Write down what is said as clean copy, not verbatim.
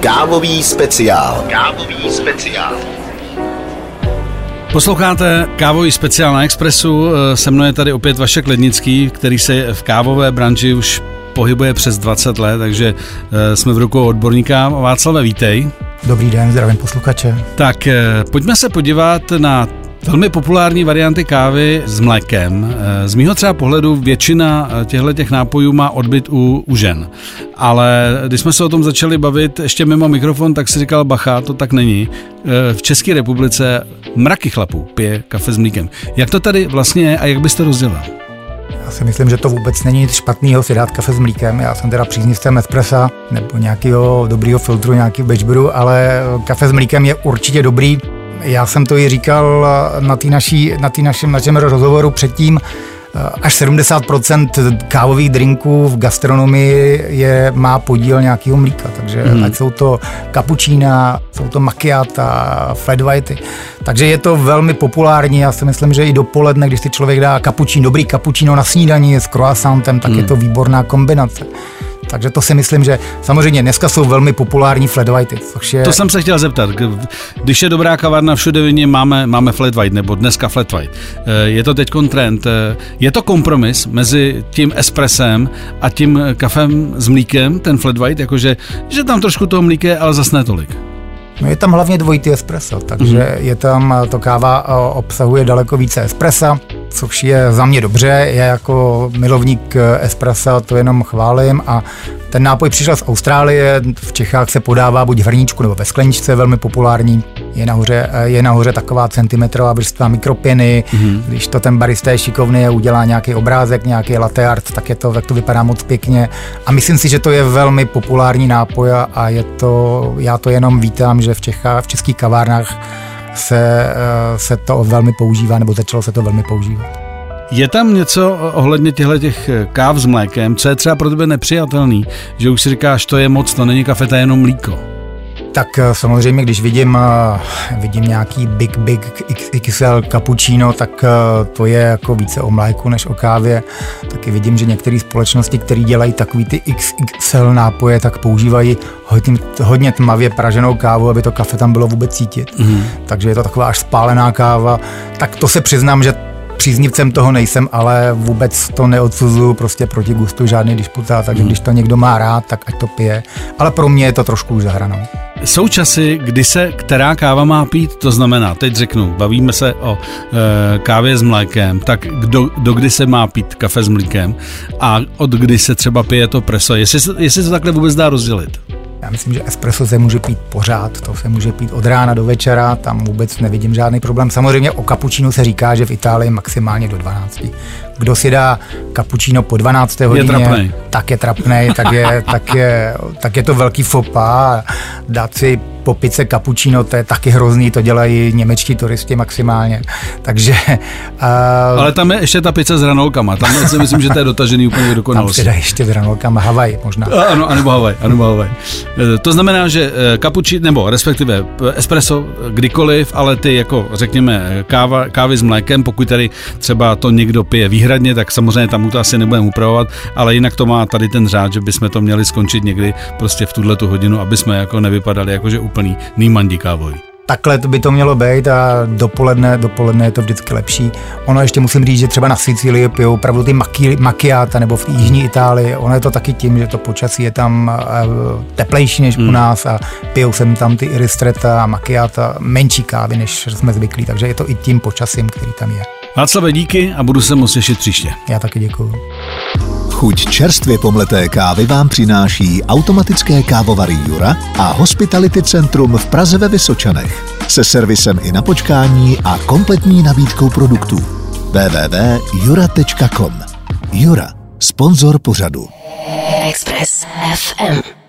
Kávový speciál. Posloucháte Kávový speciál na Expressu. Se mnou je tady opět Vašek Lednický, který se v kávové branži už pohybuje přes 20 let, takže jsme v rukou odborníka. Václave, vítej. Dobrý den, zdravím posluchače. Tak pojďme se podívat na velmi populární varianty kávy s mlékem. Z mýho třeba pohledu většina těch nápojů má odbyt u žen. Ale když jsme se o tom začali bavit ještě mimo mikrofon, tak si říkal bacha, to tak není. V České republice mraky chlapů pije kafe s mlékem. Jak to tady vlastně je a jak byste rozdělil? Já si myslím, že to vůbec není nic špatného si dát kafe s mlíkem. Já jsem teda příznivcem espressa nebo nějakého dobrýho filtru, nějakého batchbrew, ale kafe s mlíkem je určitě dobrý. Já jsem to i říkal na našem rozhovoru předtím, až 70% kávových drinků v gastronomii má podíl nějakého mlíka, takže ať jsou to cappuccina, jsou to macchiata, flat whitey, takže je to velmi populární. Já si myslím, že i dopoledne, když si člověk dá dobrý cappuccino na snídani s croissantem, tak je to výborná kombinace. Takže to si myslím, že samozřejmě dneska jsou velmi populární flat whitey, což je... To jsem se chtěl zeptat. Když je dobrá kavárna všude vině, máme flat white, nebo dneska flat white. Je to teďkon trend. Je to kompromis mezi tím espressem a tím kafem s mlíkem, ten flat white, jakože že tam trošku toho mlíka je, ale zas ne tolik. No je tam hlavně dvojitý espresso, takže je tam, to káva obsahuje daleko více espressa, což je za mě dobře. Já jako milovník espressa to jenom chválím a ten nápoj přišel z Austrálie, v Čechách se podává buď v hrníčku nebo ve skleničce, velmi populární. Je nahoře taková centimetrová vrstva mikropěny, když to ten barista je šikovný a udělá nějaký obrázek, nějaký latte art, tak to vypadá moc pěkně. A myslím si, že to je velmi populární nápoj a já to jenom vítám, že v českých kavárnách se to velmi používá, nebo začalo se to velmi používat. Je tam něco ohledně těch káv s mlékem, co je třeba pro tebe nepřijatelný, že už si říkáš, to je moc, to není kafe, to je jenom mlíko? Tak samozřejmě, když vidím nějaký Big XXL cappuccino, tak to je jako více o mléku než o kávě. Taky vidím, že některé společnosti, které dělají takový ty XXL nápoje, tak používají hodně tmavě praženou kávu, aby to kafe tam bylo vůbec cítit. Takže je to taková až spálená káva. Tak to se přiznám, že příznivcem toho nejsem, ale vůbec to neodsuzuju prostě proti gustu žádný disputát, takže když to někdo má rád, tak ať to pije. Ale pro mě je to trošku už za hranou. Jsou časy, kdy se která káva má pít, to znamená, teď řeknu, bavíme se o kávě s mlékem, tak do kdy se má pít kafe s mlékem a od kdy se třeba pije to preso, jestli to takhle vůbec dá rozdělit? Já myslím, že espresso se může pít pořád, to se může pít od rána do večera, tam vůbec nevidím žádný problém. Samozřejmě o cappuccinu se říká, že v Itálii maximálně do 12. Kdo si dá cappuccino po 12. hodině, tak je trapnej, tak je to velký faux pas. Dát si po pice cappuccino, to je taky hrozný, to dělají němečtí turisti maximálně. Takže... Ale tam je ještě ta pizza s hranolkama, tam si myslím, že to je dotažený úplně dokonalosti. Tam se dá ještě s hranolkama, Havaj možná. Ano, anebo Havaj. To znamená, že cappuccino, nebo respektive espresso kdykoliv, ale ty jako řekněme kávy s mlékem, pokud tady třeba to někdo pije výhradně, tak samozřejmě tam to asi nebudeme upravovat, ale jinak to má tady ten řád, že bychom to měli skončit někdy prostě v tuhletu hodinu, aby jsme jako nevypadali jakože úplný nýmandi kávový. Takhle by to mělo být a dopoledne je to vždycky lepší. Ono ještě musím říct, že třeba na Sicílii pijou opravdu ty macchiata nebo v jižní Itálii. Ono je to taky tím, že to počasí je tam teplejší než u nás a pijou sem tam ty ristretto a macchiata, menší kávy, než jsme zvyklí, takže je to i tím počasím, který tam je. Václave, díky a budu se moc těšit příště. Já taky děkuju. Chuť čerstvě pomleté kávy vám přináší automatické kávovary Jura a Hospitality Centrum v Praze ve Vysočanech. Se servisem i na počkání a kompletní nabídkou produktů. www.jura.com. Jura, sponzor pořadu. Express FM.